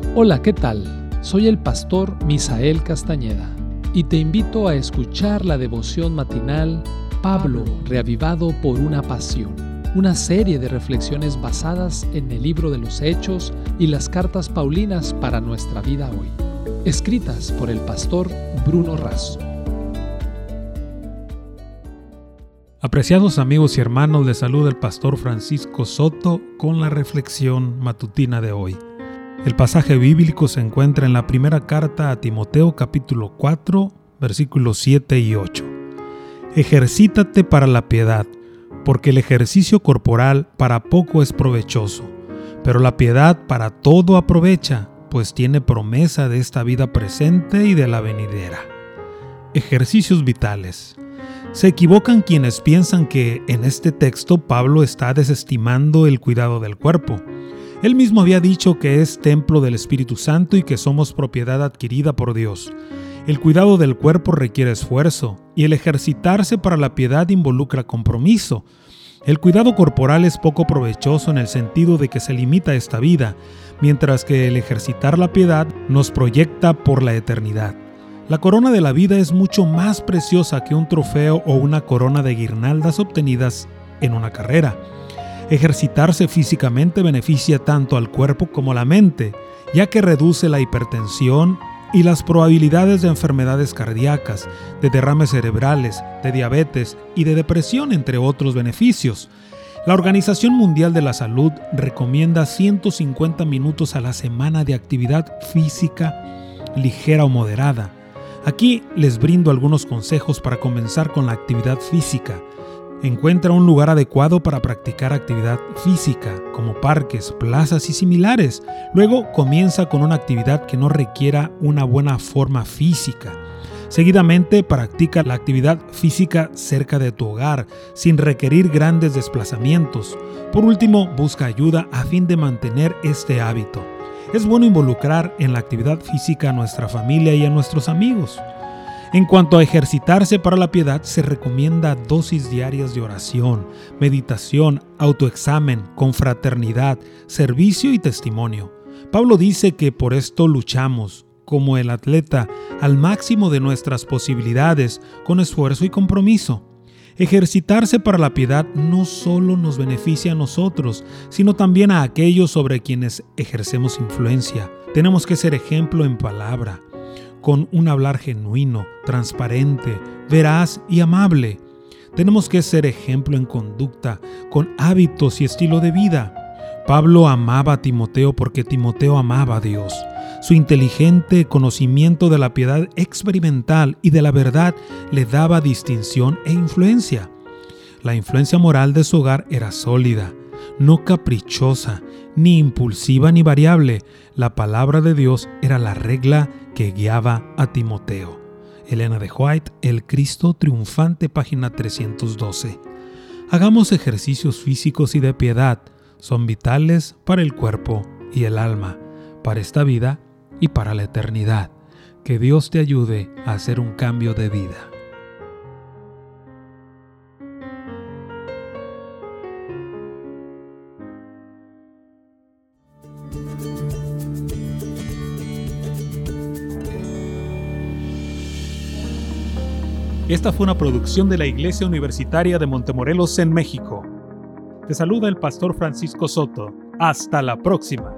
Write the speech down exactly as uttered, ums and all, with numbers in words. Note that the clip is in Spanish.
Hola, ¿qué tal? Soy el pastor Misael Castañeda y te invito a escuchar la devoción matinal Pablo, reavivado por una pasión, una serie de reflexiones basadas en el libro de los Hechos y las cartas paulinas para nuestra vida hoy, escritas por el pastor Bruno Razo. Apreciados amigos y hermanos, les saluda el pastor Francisco Soto con la reflexión matutina de hoy. El pasaje bíblico se encuentra en la primera carta a Timoteo capítulo cuatro, versículos siete y ocho. Ejercítate para la piedad, porque el ejercicio corporal para poco es provechoso, pero la piedad para todo aprovecha, pues tiene promesa de esta vida presente y de la venidera. Ejercicios vitales. Se equivocan quienes piensan que en este texto Pablo está desestimando el cuidado del cuerpo. Él mismo había dicho que es templo del Espíritu Santo y que somos propiedad adquirida por Dios. El cuidado del cuerpo requiere esfuerzo y el ejercitarse para la piedad involucra compromiso. El cuidado corporal es poco provechoso en el sentido de que se limita a esta vida, mientras que el ejercitar la piedad nos proyecta por la eternidad. La corona de la vida es mucho más preciosa que un trofeo o una corona de guirnaldas obtenidas en una carrera. Ejercitarse físicamente beneficia tanto al cuerpo como a la mente, ya que reduce la hipertensión y las probabilidades de enfermedades cardíacas, de derrames cerebrales, de diabetes y de depresión, entre otros beneficios. La Organización Mundial de la Salud recomienda ciento cincuenta minutos a la semana de actividad física ligera o moderada. Aquí les brindo algunos consejos para comenzar con la actividad física. Encuentra un lugar adecuado para practicar actividad física, como parques, plazas y similares. Luego comienza con una actividad que no requiera una buena forma física. Seguidamente practica la actividad física cerca de tu hogar, sin requerir grandes desplazamientos. Por último, busca ayuda a fin de mantener este hábito. Es bueno involucrar en la actividad física a nuestra familia y a nuestros amigos. En cuanto a ejercitarse para la piedad, se recomienda dosis diarias de oración, meditación, autoexamen, confraternidad, servicio y testimonio. Pablo dice que por esto luchamos, como el atleta, al máximo de nuestras posibilidades, con esfuerzo y compromiso. Ejercitarse para la piedad no solo nos beneficia a nosotros, sino también a aquellos sobre quienes ejercemos influencia. Tenemos que ser ejemplo en palabra, con un hablar genuino, transparente, veraz y amable. Tenemos que ser ejemplo en conducta, con hábitos y estilo de vida. Pablo amaba a Timoteo porque Timoteo amaba a Dios. Su inteligente conocimiento de la piedad experimental y de la verdad le daba distinción e influencia. La influencia moral de su hogar era sólida, no caprichosa, ni impulsiva ni variable. La palabra de Dios era la regla que guiaba a Timoteo. Elena de White, El Cristo Triunfante, página trescientos doce. Hagamos ejercicios físicos y de piedad. Son vitales para el cuerpo y el alma, para esta vida y para la eternidad. Que Dios te ayude a hacer un cambio de vida. Esta fue una producción de la Iglesia Universitaria de Montemorelos en México. Te saluda el pastor Francisco Soto. Hasta la próxima.